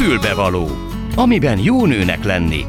Fülbevaló, amiben jó nőnek lenni.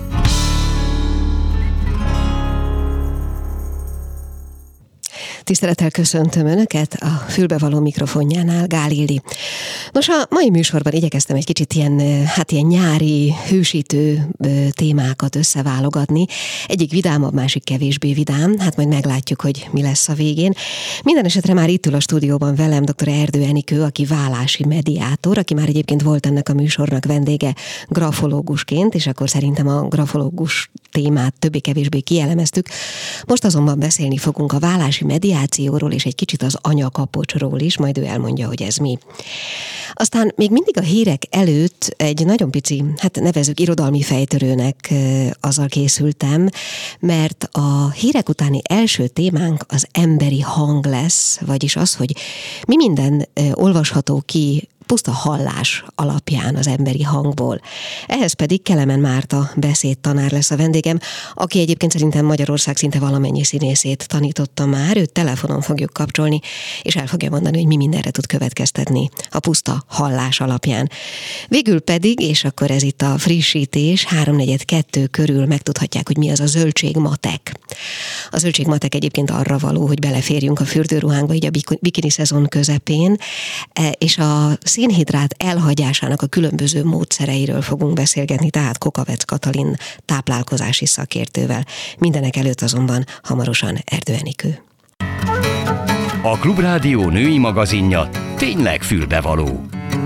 Tisztelettel köszöntöm Önöket a Fülbevaló mikrofonjánál, Gál Ildi. Nos, a mai műsorban igyekeztem egy kicsit ilyen nyári, hősítő témákat összeválogatni. Egyik vidámabb, másik kevésbé vidám. Hát majd meglátjuk, hogy mi lesz a végén. Minden esetre már itt ül a stúdióban velem dr. Erdő Enikő, aki válási mediátor, aki már egyébként volt ennek a műsornak vendége grafológusként, és akkor szerintem a grafológus témát többé-kevésbé kielemeztük. Most azonban beszélni fogunk a válási mediációról és egy kicsit az anyakapocsról is, majd ő elmondja, hogy ez mi. Aztán még mindig a hírek előtt egy nagyon pici, nevezzük irodalmi fejtörőnek azzal készültem, mert a hírek utáni első témánk az emberi hang lesz, vagyis az, hogy mi minden olvasható ki puszta hallás alapján az emberi hangból. Ehhez pedig Kelemen Márta beszédtanár lesz a vendégem, aki egyébként szerintem Magyarország szinte valamennyi színészét tanította már, őt telefonon fogjuk kapcsolni, és el fogja mondani, hogy mi mindenre tud következtetni a puszta hallás alapján. Végül pedig, és akkor ez itt a frissítés, 3:42 körül megtudhatják, hogy mi az a zöldségmatek. A zöldségmatek egyébként arra való, hogy beleférjünk a fürdőruhánkba, így a bikini szezon közepén, és a szénhidrát elhagyásának a különböző módszereiről fogunk beszélgetni, tehát Kokavec Katalin táplálkozási szakértővel. Mindenek előtt azonban hamarosan Erdő Enikő. A Klubrádió női magazinja tényleg fülbevaló.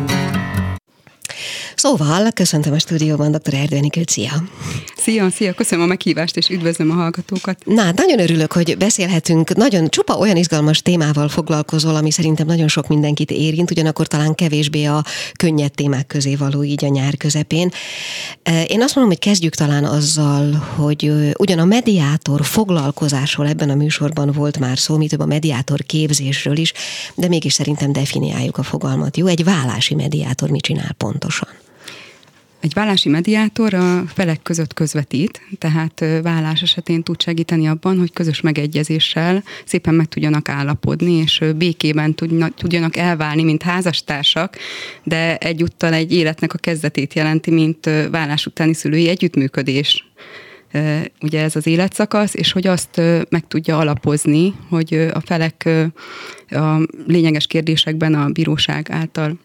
Szóval, köszöntöm a stúdióban dr. Erdő Enikőt, szia! Szia, köszönöm a meghívást, és üdvözlöm a hallgatókat. Na, nagyon örülök, hogy beszélhetünk. Nagyon csupa olyan izgalmas témával foglalkozol, ami szerintem nagyon sok mindenkit érint, ugyanakkor talán kevésbé a könnyed témák közé való így a nyár közepén. Én azt mondom, hogy kezdjük talán azzal, hogy ugyan a mediátor foglalkozásról ebben a műsorban volt már szó, mi több a mediátor képzésről is, de mégis szerintem definiáljuk a fogalmat. Jó, egy válási mediátor mit csinál pontosan? Egy válási mediátor a felek között közvetít, tehát válás esetén tud segíteni abban, hogy közös megegyezéssel szépen meg tudjanak állapodni, és békében tudjanak elválni, mint házastársak, de egyúttal egy életnek a kezdetét jelenti, mint válás utáni szülői együttműködés. Ugye ez az életszakasz, és hogy azt meg tudja alapozni, hogy a felek a lényeges kérdésekben a bíróság által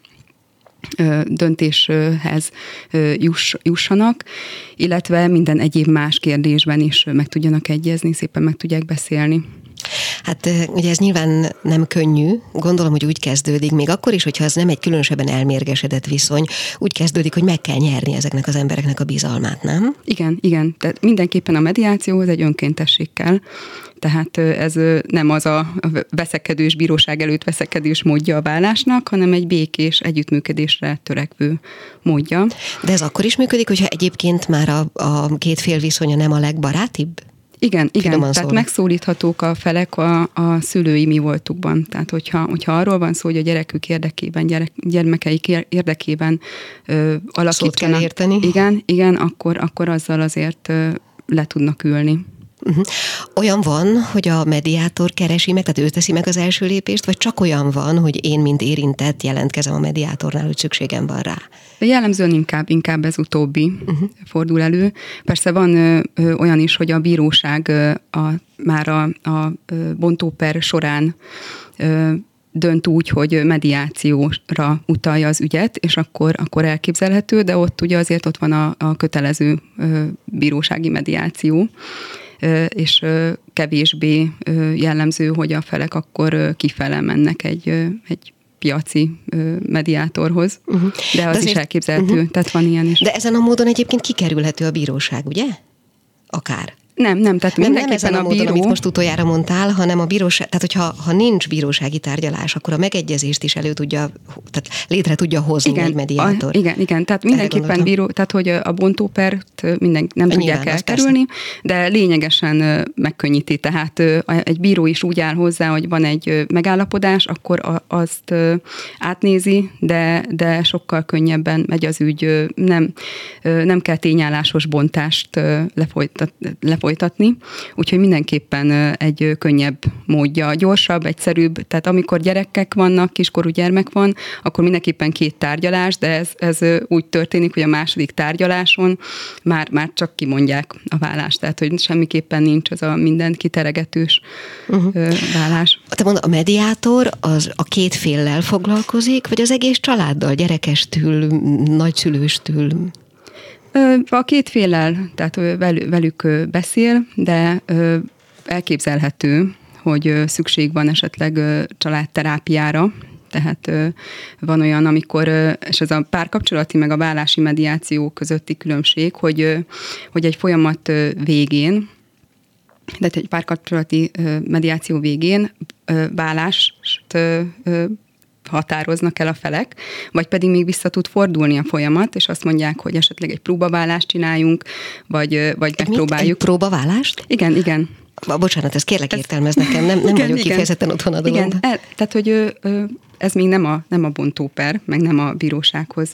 döntéshez jussanak, illetve minden egyéb más kérdésben is meg tudjanak egyezni, szépen meg tudják beszélni. Hát ugye ez nyilván nem könnyű, gondolom, hogy úgy kezdődik, még akkor is, hogyha ez nem egy különösebben elmérgesedett viszony, úgy kezdődik, hogy meg kell nyerni ezeknek az embereknek a bizalmát, nem? Igen. Tehát mindenképpen a mediációhoz egy önkéntesség kell. Tehát ez nem az a veszekedős, bíróság előtt veszekedős módja a válásnak, hanem egy békés együttműködésre törekvő módja. De ez akkor is működik, hogyha egyébként már a két fél viszonya nem a legbarátibb? Igen, tehát megszólíthatók a felek a szülői mi voltukban. Tehát hogyha arról van szó, hogy a gyerekük érdekében, gyermekeik érdekében alakítsanak. Szót kell érteni. Igen, akkor azzal azért le tudnak ülni. Uh-huh. Olyan van, hogy a mediátor keresi meg, tehát ő teszi meg az első lépést, vagy csak olyan van, hogy én, mint érintett, jelentkezem a mediátornál, hogy szükségem van rá? Jellemzően inkább ez utóbbi fordul elő. Persze van olyan is, hogy a bíróság már a bontóper során dönt úgy, hogy mediációra utalja az ügyet, és akkor elképzelhető, de ott van a kötelező bírósági mediáció, és kevésbé jellemző, hogy a felek akkor kifele mennek egy piaci mediátorhoz, de az is elképzelhető, tehát van ilyen is. De ezen a módon egyébként kikerülhető a bíróság, ugye? Akár. Nem, tehát nem ezen a módon, amit most utoljára mondtál, hanem a bíróság, tehát hogyha nincs bírósági tárgyalás, akkor a megegyezést is tehát létre tudja hozni egy mediátor. Igen, tehát mindenképpen tehát hogy a bontópert nem tudják elkerülni, de lényegesen megkönnyíti, tehát egy bíró is úgy áll hozzá, hogy van egy megállapodás, akkor azt átnézi, de sokkal könnyebben megy az ügy, nem kell tényállásos bontást lefolytatni folytatni, úgyhogy mindenképpen egy könnyebb módja, gyorsabb, egyszerűbb, tehát amikor gyerekek vannak, kiskorú gyermek van, akkor mindenképpen 2 tárgyalás, de ez úgy történik, hogy a második tárgyaláson már csak kimondják a vállást, tehát hogy semmiképpen nincs az a mindent kiteregetős vállás. Te mondod, a mediátor az a 2 féllel foglalkozik, vagy az egész családdal, gyerekestől, nagyszülőstől? A 2 féllel, tehát velük beszél, de elképzelhető, hogy szükség van esetleg családterápiára, tehát van olyan, amikor, és ez a párkapcsolati meg a vállási mediáció közötti különbség, hogy egy folyamat végén, tehát egy párkapcsolati mediáció végén vállást határoznak el a felek, vagy pedig még vissza tud fordulni a folyamat, és azt mondják, hogy esetleg egy próbaválást csináljunk, vagy megpróbáljuk. Egy próbaválást? Igen. Bocsánat, ezt kérlek értelmez nekem, nem vagyok kifejezetten otthon a dologban. Igen, tehát, hogy ez még nem a bontóper, meg nem a bírósághoz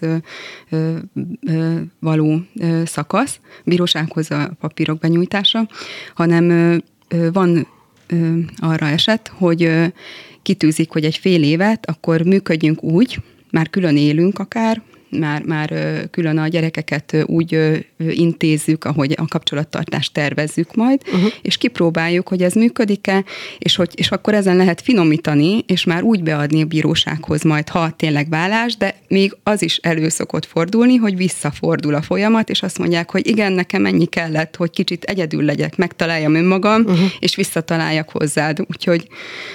való szakasz, bírósághoz a papírok benyújtása, hanem van arra eset, hogy kitűzik, hogy egy fél évet, akkor működjünk úgy, már külön élünk akár, már külön a gyerekeket úgy intézzük, ahogy a kapcsolattartást tervezzük majd, és kipróbáljuk, hogy ez működik-e, és akkor ezen lehet finomítani, és már úgy beadni a bírósághoz majd, ha tényleg vállás, de még az is elő szokott fordulni, hogy visszafordul a folyamat, és azt mondják, hogy igen, nekem ennyi kellett, hogy kicsit egyedül legyek, megtaláljam önmagam, és visszataláljak hozzád. Úgyhogy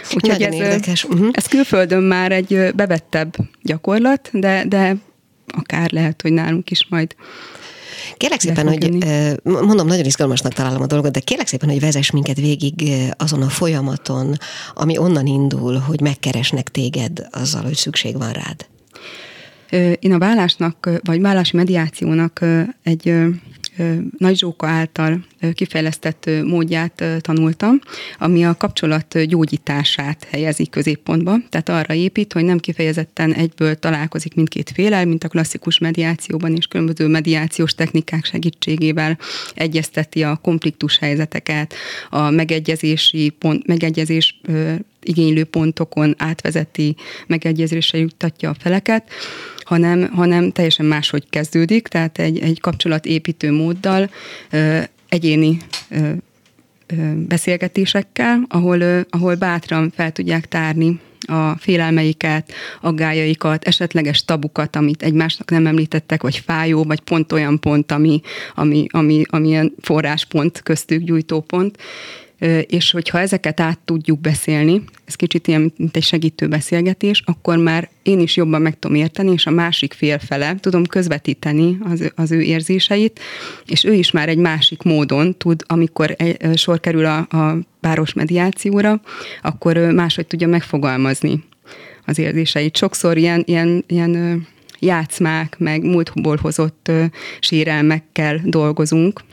ez külföldön már egy bevettebb gyakorlat, de akár lehet, hogy nálunk is majd. Kérlek szépen, hogy mondom, nagyon izgalmasnak találom a dolgot, de kérlek szépen, hogy vezess minket végig azon a folyamaton, ami onnan indul, hogy megkeresnek téged azzal, hogy szükség van rád. Én a vállásnak, vagy vállási mediációnak egy Nagy Zsóka által kifejlesztett módját tanultam, ami a kapcsolat gyógyítását helyezi középpontba. Tehát arra épít, hogy nem kifejezetten egyből találkozik mindkét féllel, mint a klasszikus mediációban, és különböző mediációs technikák segítségével egyezteti a konfliktus helyzeteket, a megegyezés igénylő pontokon átvezeti, megegyezésre juttatja a feleket, hanem teljesen máshogy kezdődik, tehát egy kapcsolatépítő móddal, egyéni beszélgetésekkel, ahol bátran fel tudják tárni a félelmeiket, aggályaikat, esetleges tabukat, amit egymásnak nem említettek, vagy fájó, vagy pont olyan pont, ami ilyen forráspont, köztük gyújtópont. És hogyha ezeket át tudjuk beszélni, ez kicsit ilyen, mint egy segítő beszélgetés, akkor már én is jobban meg tudom érteni, és a másik fél fele tudom közvetíteni az ő érzéseit, és ő is már egy másik módon tud, amikor sor kerül a páros mediációra, akkor máshogy tudja megfogalmazni az érzéseit. Sokszor ilyen játszmák, meg múltból hozott sérelmekkel dolgozunk,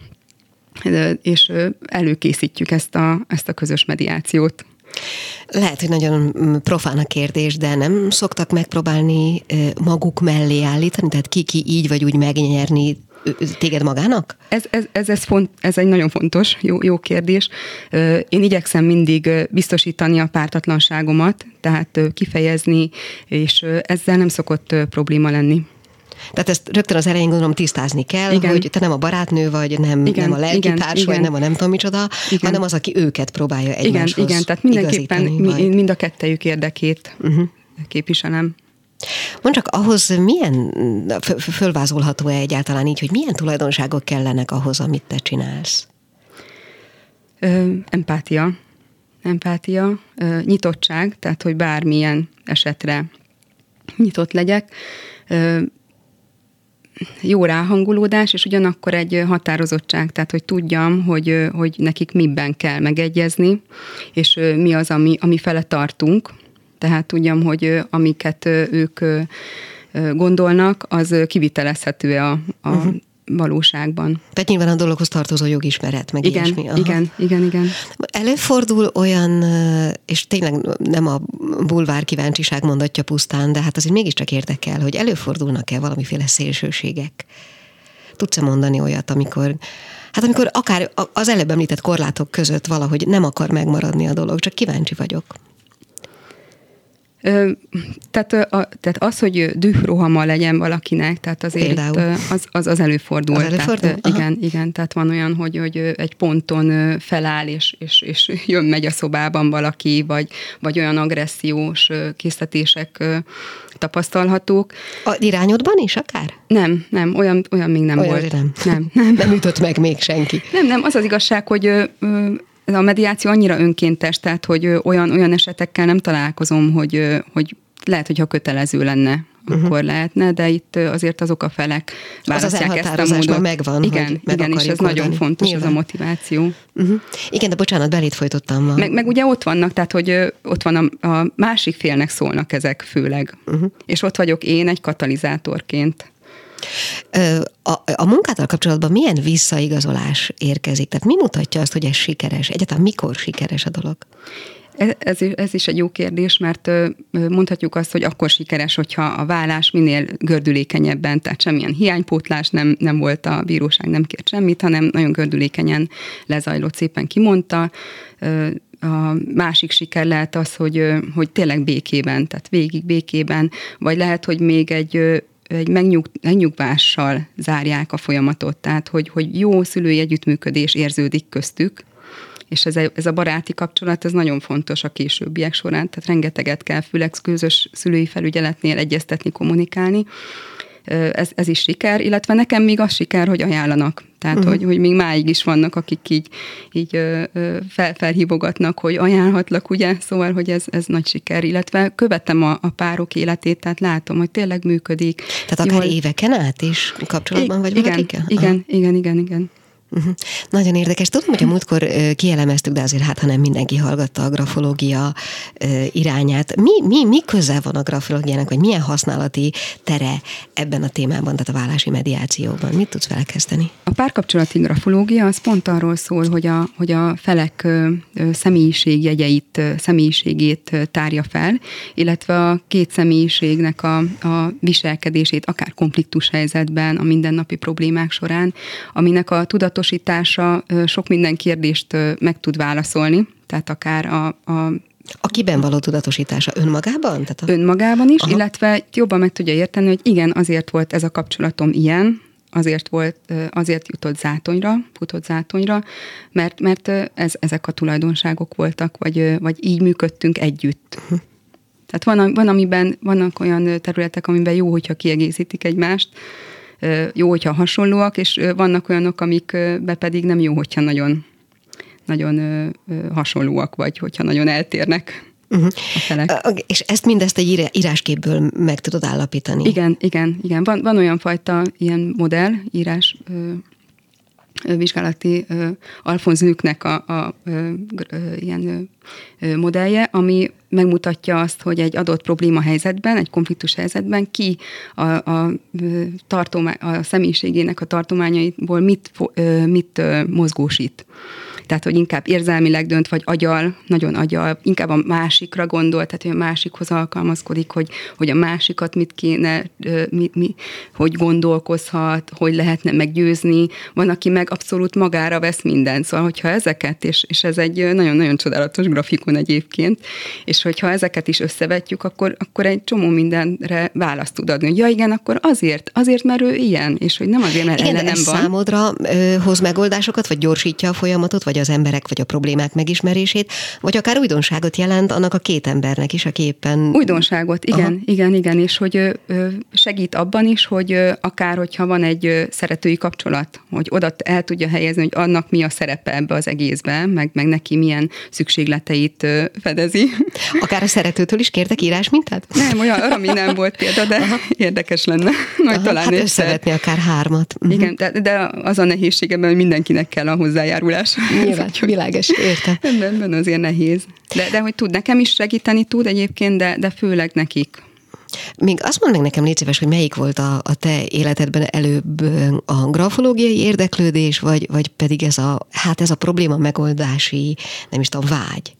és előkészítjük ezt a közös mediációt. Lehet, hogy nagyon profán a kérdés, de nem szoktak megpróbálni maguk mellé állítani? Tehát ki így vagy úgy megnyerni téged magának? Ez egy nagyon fontos, jó kérdés. Én igyekszem mindig biztosítani a pártatlanságomat, tehát kifejezni, és ezzel nem szokott probléma lenni. Tehát ezt rögtön az elején gondolom tisztázni kell, igen. Hogy te nem a barátnő vagy, nem a lelkitárs vagy, nem a nem tudom micsoda, hanem az, aki őket próbálja egymáshoz Igen, tehát mindenképpen mind a kettejük érdekét képviselem. Mondd csak, ahhoz milyen, fölvázolható-e egyáltalán így, hogy milyen tulajdonságok kellenek ahhoz, amit te csinálsz? Empátia, nyitottság, tehát hogy bármilyen esetre nyitott legyek, jó ráhangolódás, és ugyanakkor egy határozottság, tehát hogy tudjam, hogy nekik miben kell megegyezni, és mi az, ami fele tartunk. Tehát tudjam, hogy amiket ők gondolnak, az kivitelezhető a valóságban. Tehát nyilván a dologhoz tartozó jogismeret, meg ilyesmi. Igen. Előfordul olyan, és tényleg nem a bulvár kíváncsiság mondatja pusztán, de hát azért mégiscsak érdekel, hogy előfordulnak-e valamiféle szélsőségek? Tudsz-e mondani olyat, amikor akár az előbb említett korlátok között valahogy nem akar megmaradni a dolog, csak kíváncsi vagyok. Tehát az, hogy dührohama legyen valakinek, tehát azért az előfordul. Az előfordul? Igen, tehát van olyan, hogy egy ponton feláll, és megy a szobában valaki, vagy olyan agressziós késztetések tapasztalhatók. A irányodban is akár? Nem, olyan még nem volt. Nem ütött meg még senki. Nem, az igazság, hogy a mediáció annyira önkéntes, tehát hogy olyan esetekkel nem találkozom, hogy lehet, hogyha kötelező lenne, akkor lehetne, de itt azért azok a felek választják ezt a módot. Megvan, igen, és ez nagyon fontos, ez a motiváció. Igen, de bocsánat, belét folytottam. Meg ugye ott vannak, tehát hogy ott van a másik félnek szólnak ezek főleg. És ott vagyok én egy katalizátorként. A munkával kapcsolatban milyen visszaigazolás érkezik? Tehát mi mutatja azt, hogy ez sikeres? Egyáltalán mikor sikeres a dolog? Ez is egy jó kérdés, mert mondhatjuk azt, hogy akkor sikeres, hogyha a vállás minél gördülékenyebben, tehát semmilyen hiánypótlás nem volt, a bíróság nem kért semmit, hanem nagyon gördülékenyen lezajlott, szépen kimondta. A másik siker lehet az, hogy tényleg békében, tehát végig békében, vagy lehet, hogy még egy megnyugvással zárják a folyamatot, tehát hogy jó szülői együttműködés érződik köztük, és ez a baráti kapcsolat, ez nagyon fontos a későbbiek során, tehát rengeteget kell főleg közös szülői felügyeletnél egyeztetni, kommunikálni. Ez is siker, illetve nekem még az siker, hogy ajánlanak. Tehát, hogy még máig is vannak, akik így felhívogatnak, hogy ajánlhatlak, ugye? Szóval, hogy ez nagy siker, illetve követem a párok életét, tehát látom, hogy tényleg működik. Tehát akár éveken át is kapcsolatban vagy valakikkel? Igen. Nagyon érdekes. Tudom, hogy a múltkor kielemeztük, de azért ha nem mindenki hallgatta a grafológia irányát. Mi köze van a grafológiának, vagy milyen használati tere ebben a témában, tehát a vállási mediációban? Mit tudsz vele kezdeni? A párkapcsolati grafológia az pont arról szól, hogy a felek személyiségét tárja fel, illetve a két személyiségnek a viselkedését, akár konfliktus helyzetben, a mindennapi problémák során, aminek a tudatosítása sok minden kérdést meg tud válaszolni, tehát akár a kiben való tudatosítása önmagában? Önmagában is, illetve jobban meg tudja érteni, hogy igen, azért volt ez a kapcsolatom ilyen, azért futott zátonyra, mert ezek a tulajdonságok voltak, vagy így működtünk együtt. Tehát vannak olyan területek, amiben jó, hogyha kiegészítik egymást, jó, hogyha hasonlóak, és vannak olyanok, amikbe pedig nem jó, hogyha nagyon, nagyon hasonlóak, vagy hogyha nagyon eltérnek a felek. És mindezt egy írásképből meg tudod állapítani? Igen. Van olyan fajta ilyen modell, vizsgálati Alfonz Nüknek a ilyen modellje, ami megmutatja azt, hogy egy adott probléma helyzetben, egy konfliktus helyzetben ki a személyiségének a tartományaiból mit mozgósít. Tehát, hogy inkább érzelmileg dönt, vagy nagyon agyal, inkább a másikra gondol, tehát, hogy a másikhoz alkalmazkodik, hogy a másikat mit kéne, hogy gondolkozhat, hogy lehetne meggyőzni. Van, aki meg abszolút magára vesz mindent. Szóval, hogyha ezeket, és ez egy nagyon-nagyon csodálatos grafikon egyébként, és hogyha ezeket is összevetjük, akkor egy csomó mindenre választ tud adni. Hogy ja igen, akkor azért, mert ő ilyen, és hogy nem azért, mert ellenem van. Számodra hoz megoldásokat, vagy gyorsítja a folyamatot, vagy az emberek, vagy a problémák megismerését, vagy akár újdonságot jelent annak a két embernek is, aki éppen... Újdonságot, igen, és hogy segít abban is, hogy akár, hogyha van egy szeretői kapcsolat, hogy oda el tudja helyezni, hogy annak mi a szerepe ebbe az egészben, meg neki milyen szükségleteit fedezi. Akár a szeretőtől is kértek írásmintát? Nem, arra mi nem volt példa, de érdekes lenne. Majd talán összevetni akár 3. Igen, de az a nehézségeben, hogy mindenkinek kell a hozzájárulás. Nyilván, világos, érte. Ebben azért nehéz. De hogy nekem is segíteni tud egyébként, de főleg nekik. Még azt mondd meg nekem, légy szíves, hogy melyik volt a te életedben előbb a grafológiai érdeklődés, vagy pedig ez a probléma megoldási, nem is tudom, vágy?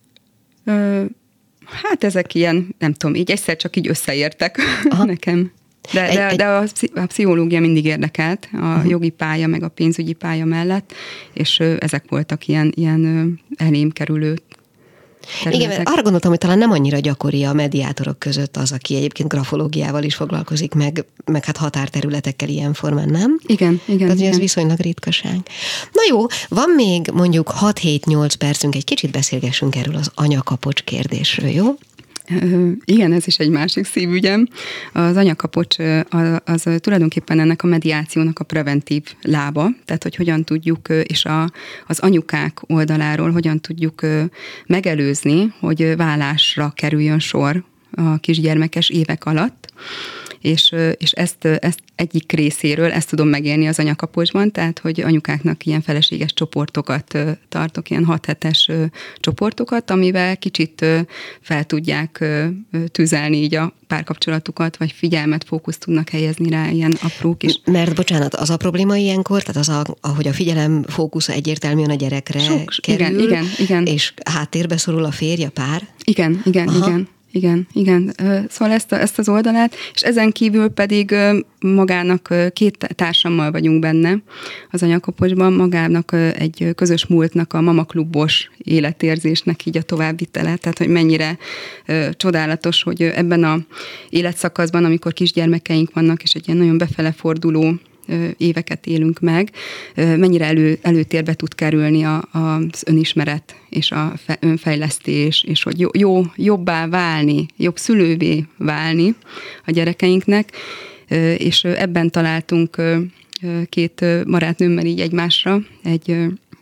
Hát ezek ilyen, nem tudom, így egyszer csak így összeértek nekem. De a pszichológia mindig érdekelt, a jogi pálya, meg a pénzügyi pálya mellett, és ezek voltak ilyen elém kerülő területek. Igen, mert arra gondoltam, hogy talán nem annyira gyakori a mediátorok között az, aki egyébként grafológiával is foglalkozik, meg hát határterületekkel ilyen formán, nem? Igen. Tehát, hogy ez viszonylag ritkaság. Na jó, van még mondjuk 6-7-8 percünk, egy kicsit beszélgessünk erről az anyakapocs kérdésről, jó? Igen, ez is egy másik szívügyem. Az anyakapocs az tulajdonképpen ennek a mediációnak a preventív lába, tehát hogy hogyan tudjuk, és az anyukák oldaláról hogyan tudjuk megelőzni, hogy válásra kerüljön sor a kisgyermekes évek alatt, és ezt egyik részéről ezt tudom megélni az anyakapocsban, tehát hogy anyukáknak ilyen feleséges csoportokat tartok, ilyen 6 hetes csoportokat, amivel kicsit fel tudják tüzelni így a párkapcsolatukat, vagy figyelmet, fókuszt tudnak helyezni rá ilyen apró kis... Mert bocsánat, az a probléma ilyenkor, tehát ahogy a figyelem fókusza egyértelműen a gyerekre kerül, igen. És háttérbe szorul a férj, a pár? Igen. Igen. Szóval ezt az oldalát, és ezen kívül pedig magának 2 társammal vagyunk benne az anyakapocsban, magának egy közös múltnak, a mamaklubos életérzésnek így a továbbvitele, tehát hogy mennyire csodálatos, hogy ebben a életszakaszban, amikor kisgyermekeink vannak, és egy ilyen nagyon befele forduló éveket élünk meg, mennyire előtérbe tud kerülni az önismeret és a önfejlesztés, és hogy jobbá válni, jobb szülővé válni a gyerekeinknek, és ebben találtunk 2 barátnőmmel így egymásra, egy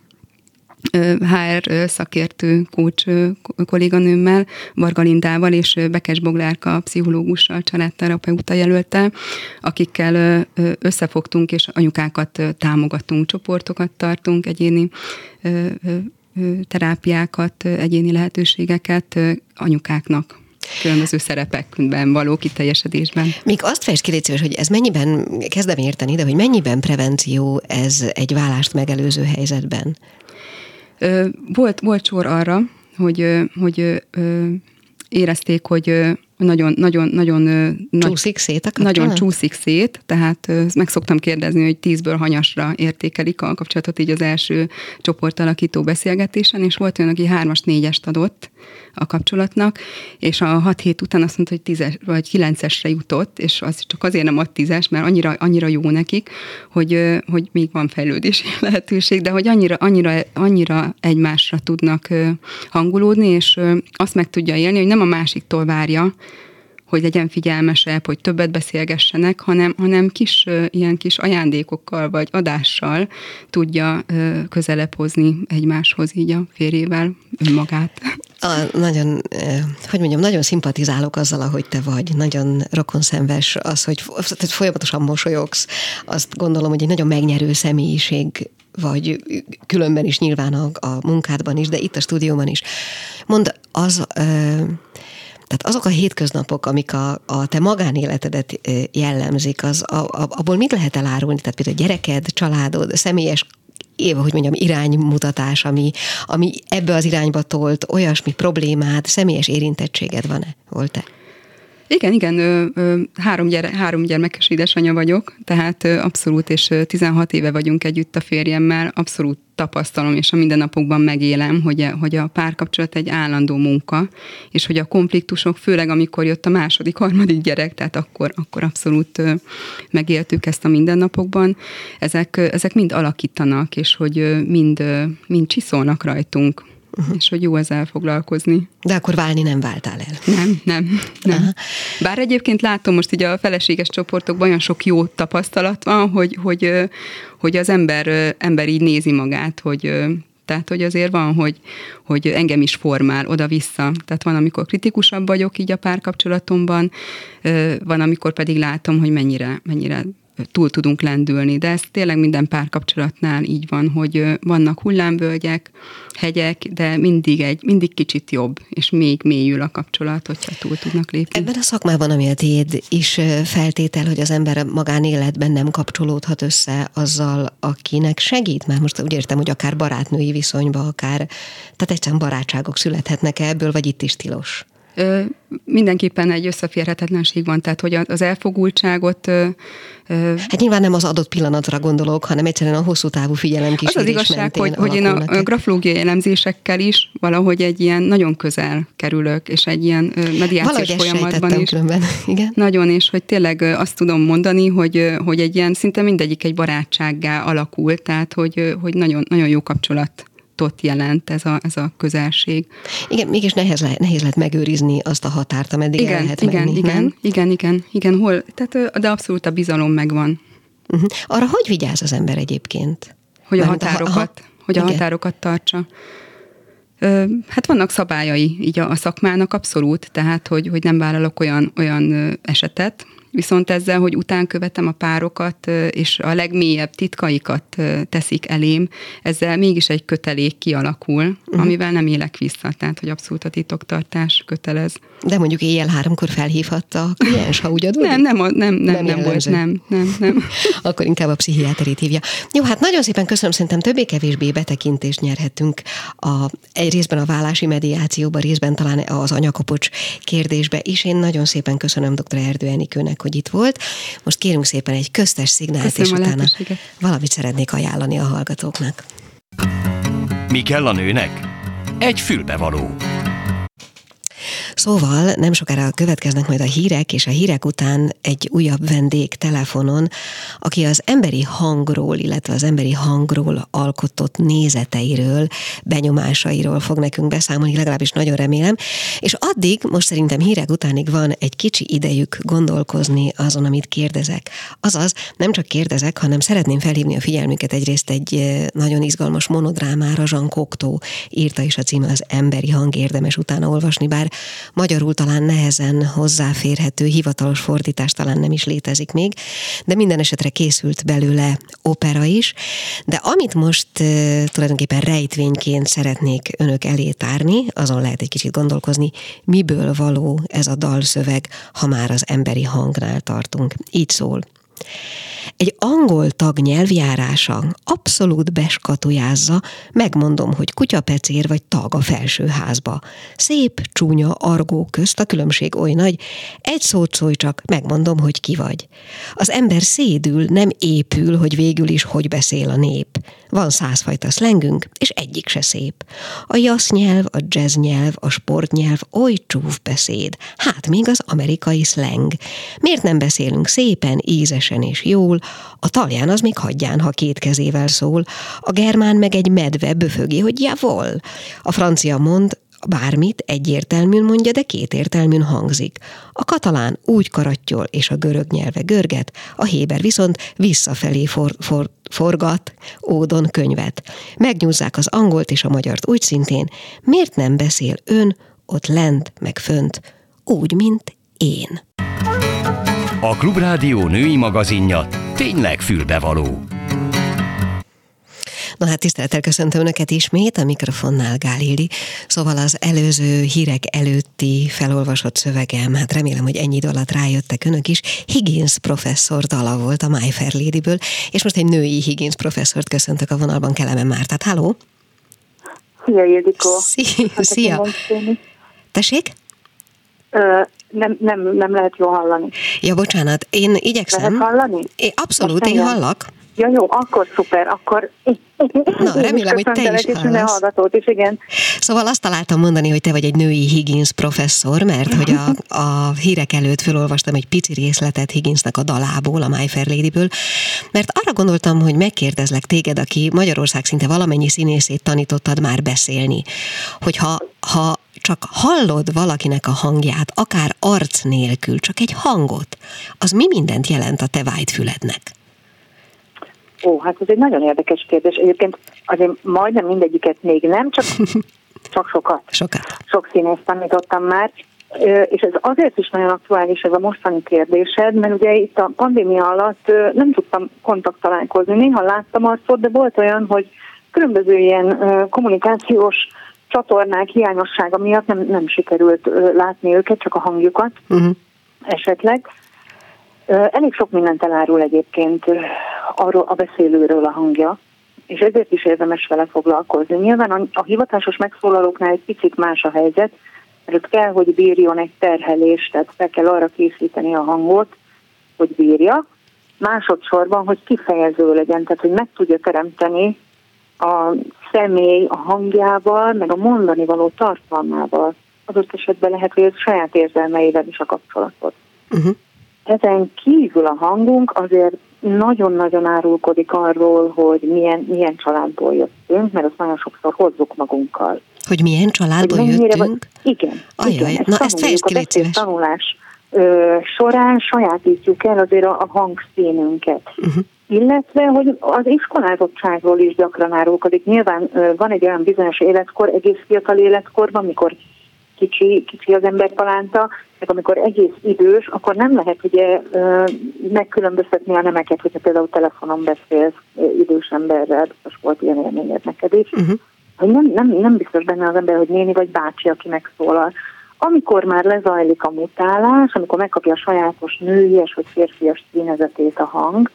HR szakértő coach kolléganőmmel, Varga Lindával és Bekes Boglárka pszichológussal, családterapeuta jelöltel, akikkel összefogtunk, és anyukákat támogatunk, csoportokat tartunk, egyéni terápiákat, egyéni lehetőségeket anyukáknak különböző szerepekben való kiteljesedésben. Még azt fejtsd ki, légy szíves, hogy ez mennyiben, kezdem érteni, de hogy mennyiben prevenció ez egy válást megelőző helyzetben? Volt sor arra, hogy érezték, hogy nagyon csúszik szét a kapcsolat? Nagyon csúszik szét, tehát meg szoktam kérdezni, hogy 10-ből hanyasra értékelik a kapcsolatot így az első csoportalakító beszélgetésen, és volt olyan, aki 3-as, 4-est adott a kapcsolatnak, és a 6 hét után azt mondta, hogy 10 vagy 9-esre jutott, és az csak azért nem ad 10-es, mert annyira jó nekik, hogy még van fejlődési lehetőség, de hogy annyira egymásra tudnak hangulódni, és azt meg tudja élni, hogy nem a másiktól várja, hogy legyen figyelmesebb, hogy többet beszélgessenek, hanem ilyen kis ajándékokkal vagy adással tudja közelebb hozni egymáshoz így a férjével önmagát. Nagyon, nagyon szimpatizálok azzal, ahogy te vagy, nagyon rokonszenves az, hogy folyamatosan mosolyogsz, azt gondolom, hogy egy nagyon megnyerő személyiség vagy különben is nyilván a munkádban is, de itt a stúdióban is. Mondd, tehát azok a hétköznapok, amik a te magánéletedet jellemzik, abból mit lehet elárulni? Tehát például gyereked, családod, személyes iránymutatás, ami ebbe az irányba tolt, olyasmi problémád, személyes érintettséged van-e? Volt-e? Igen, 3 gyermekes édesanyja vagyok, tehát abszolút, és 16 éve vagyunk együtt a férjemmel, abszolút tapasztalom, és a mindennapokban megélem, hogy a párkapcsolat egy állandó munka, és hogy a konfliktusok, főleg amikor jött a 2., 3. gyerek, tehát akkor abszolút megéltük ezt a mindennapokban. Ezek mind alakítanak, és hogy mind csiszolnak rajtunk. És hogy jó ezzel foglalkozni. De akkor válni nem váltál el. Nem. Bár egyébként látom most így a feleséges csoportokban olyan sok jó tapasztalat van, hogy az ember így nézi magát, tehát, hogy azért van, hogy engem is formál oda-vissza. Tehát van, amikor kritikusabb vagyok így a párkapcsolatomban, van, amikor pedig látom, hogy mennyire túl tudunk lendülni, de ez tényleg minden párkapcsolatnál így van, hogy vannak hullámvölgyek, hegyek, de mindig kicsit jobb, és még mélyül a kapcsolat, hogyha túl tudnak lépni. Ebben a szakmában, ami a tiéd is feltétel, hogy az ember magánéletben nem kapcsolódhat össze azzal, akinek segít, mert most úgy értem, hogy akár barátnői viszonyba, tehát egyszerűen barátságok születhetnek ebből, vagy itt is tilos? Mindenképpen egy összeférhetetlenség van, tehát hogy az elfogultságot... Hát nyilván nem az adott pillanatra gondolok, hanem egyszerűen a hosszú távú figyelemkísérés mentén. Az az igazság, hogy én a grafológiai elemzésekkel is valahogy egy ilyen nagyon közel kerülök, és egy ilyen mediációs folyamatban is. Igen. Nagyon, és hogy tényleg azt tudom mondani, hogy egy ilyen szinte mindegyik egy barátsággá alakult, tehát hogy nagyon, nagyon jó kapcsolat jelent ez a közelség. Igen, mégis nehéz lehet megőrizni azt a határt, ameddig el lehet menni. Igen, hol, tehát, de abszolút a bizalom megvan. Arra hogy vigyáz az ember egyébként? Hogy a határokat tartsa. Hát vannak szabályai így a szakmának abszolút, tehát hogy nem vállalok olyan esetet, viszont ezzel, hogy utánkövetem a párokat, és a legmélyebb titkaikat teszik elém, ezzel mégis egy kötelék kialakul, amivel nem élek vissza, tehát hogy abszolút a titoktartás kötelez. De mondjuk éjjel 3-kor felhívhatta a kliens, ha úgy adódik? Nem volt, nem. Akkor inkább a pszichiáterét hívja. Jó, hát nagyon szépen köszönöm, szerintem többé-kevésbé betekintést nyerhetünk egy részben a vállási mediációba, részben talán az anyakapocs kérdésbe is. Én nagyon szépen köszönöm dr. Erdő Enikőnek, hogy itt volt. Most kérünk szépen egy köztes szignált, és utána valamit szeretnék ajánlani a hallgatóknak. Mi kell a nőnek? Egy fülbevaló. Szóval nem sokára következnek majd a hírek, és a hírek után egy újabb vendég telefonon, aki az emberi hangról, illetve az emberi hangról alkotott nézeteiről, benyomásairól fog nekünk beszámolni, legalábbis nagyon remélem. És addig, most szerintem hírek utánig van egy kicsi idejük gondolkozni azon, amit kérdezek. Azaz, nem csak kérdezek, hanem szeretném felhívni a figyelmüket egyrészt egy nagyon izgalmas monodrámára, Jean Cocteau írta is, a címe az Emberi hang, érdemes utána olvasni, bár magyarul talán nehezen hozzáférhető, hivatalos fordítás talán nem is létezik még, de minden esetre készült belőle opera is. De amit most tulajdonképpen rejtvényként szeretnék önök elé tárni, azon lehet egy kicsit gondolkozni, miből való ez a dalszöveg, ha már az emberi hangnál tartunk. Így szól. Egy angol tag nyelvjárása abszolút beskatujázza, megmondom, hogy kutyapecér vagy tag a felsőházba. Szép, csúnya argó közt a különbség oly nagy, egy szót szólj csak, megmondom, hogy ki vagy. Az ember szédül, nem épül, hogy végül is hogy beszél a nép. Van 100 fajta szlengünk, és egyik se szép. A jazznyelv, a jazznyelv, a sportnyelv oly csúf beszéd, hát még az amerikai szleng. Miért nem beszélünk szépen, ízesen és jól? A talján az még hagyján, ha 2 kezével szól. A germán meg egy medve böfögi, hogy javol. A francia mond bármit, egyértelműen mondja, de kétértelműen hangzik. A katalán úgy karattyol, és a görög nyelve görget, a héber viszont visszafelé forgat ódon könyvet. Megnyúzzák az angolt és a magyart úgy szintén. Miért nem beszél ön ott lent, meg fönt, úgy, mint én? A Klubrádió női magazinja tényleg fülbevaló. Na hát tisztelettel köszöntöm Önöket ismét, a mikrofonnál Gál Ildi. Szóval az előző hírek előtti felolvasott szövegem, hát remélem, hogy ennyi idő alatt rájöttek Önök is, Higgins professzor dala volt a My Fair Ladyből, és most egy női Higgins professzort köszöntök a vonalban, Kelemen Mártát. Halló! Szia, Ildikó! Szia! Tessék? Nem lehet jól hallani. Ja, bocsánat, én igyekszem. Lehet hallani? Abszolút, én hallak. Ja, jó, akkor szuper, akkor... Na, remélem, hogy te is hallasz. Hallgatót is, igen. Szóval azt találtam mondani, hogy te vagy egy női Higgins professzor, mert hogy a hírek előtt felolvastam egy pici részletet Higginsnek a dalából, a My Fair Ladyből, mert arra gondoltam, hogy megkérdezlek téged, aki Magyarország szinte valamennyi színészét tanítottad már beszélni, hogy ha csak hallod valakinek a hangját, akár arc nélkül, csak egy hangot, az mi mindent jelent a te vágyfülednek? Ó, hát ez egy nagyon érdekes kérdés. Egyébként azért majdnem mindegyiket még nem, csak sokat. Sok színészt tanítottam már, és ez azért is nagyon aktuális ez a mostani kérdésed, mert ugye itt a pandémia alatt nem tudtam kontakttalálkozni. Néha láttam arcot, de volt olyan, hogy különböző ilyen kommunikációs csatornák hiányossága miatt nem sikerült látni őket, csak a hangjukat esetleg. Elég sok mindent elárul egyébként arról a beszélőről a hangja, és ezért is érdemes vele foglalkozni. Nyilván a hivatásos megszólalóknál egy picit más a helyzet, Mert kell, hogy bírjon egy terhelést, tehát fel kell arra készíteni a hangot, hogy bírja. Másodszorban, hogy kifejező legyen, tehát hogy meg tudja teremteni a személy a hangjával, meg a mondani való tartalmával. Adott esetben lehet, hogy ez saját érzelmeivel is a kapcsolatot. Ezen kívül a hangunk azért nagyon-nagyon árulkodik arról, hogy milyen családból jöttünk, mert azt nagyon sokszor hozzuk magunkkal. Hogy milyen családból jöttünk? Igen. Ajaj, igen, na ezt fejtsd ki, légy szíves. Tanulás során sajátítjuk el azért a hangszínünket. Illetve, hogy az iskolázottságról is gyakran árulkodik. Nyilván van egy olyan bizonyos életkor, egész fiatal életkorban, amikor kicsi az ember talánta, meg amikor egész idős, akkor nem lehet ugye megkülönböztetni a nemeket, hogyha például telefonon beszélsz idős emberrel, biztos volt ilyen élményed neked is, hogy nem biztos benne az ember, hogy néni vagy bácsi, aki megszólal. Amikor már lezajlik a mutálás, amikor megkapja a sajátos nőies vagy férfias színezetét a hang,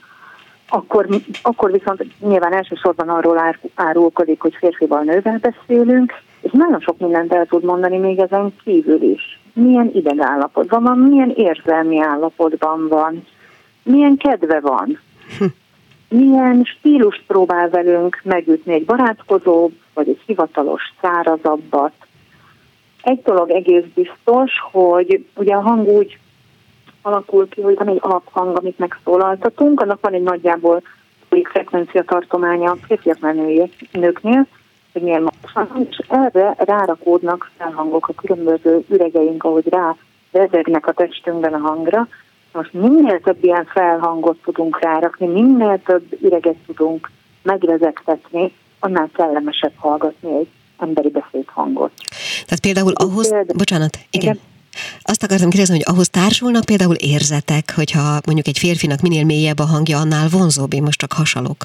akkor viszont nyilván elsősorban arról árulkodik, hogy férfival, nővel beszélünk, és nagyon sok mindent el tud mondani még ezen kívül is. Milyen idegállapotban van, milyen érzelmi állapotban van, milyen kedve van, milyen stílust próbál velünk megütni, egy barátkozóbb, vagy egy hivatalos, szárazabbat. Egy dolog egész biztos, hogy ugye a hang úgy alakul ki, hogy van egy alaphang, amit megszólaltatunk, annak van egy nagyjából frekvencia tartománya a férfiaknál, nőknél, hogy milyen magasan, és erre rárakódnak felhangok, a különböző üregeink, ahogy rá rezegnek a testünkben a hangra. Most minél több ilyen felhangot tudunk rárakni, minél több üreget tudunk megrezegtetni, annál kellemesebb hallgatni egy emberi beszédhangot. Tehát például ahhoz, bocsánat, igen. Azt akartam kérdezni, hogy ahhoz társulnak például érzetek, hogyha mondjuk egy férfinak minél mélyebb a hangja, annál vonzóbb, én most csak hasalok.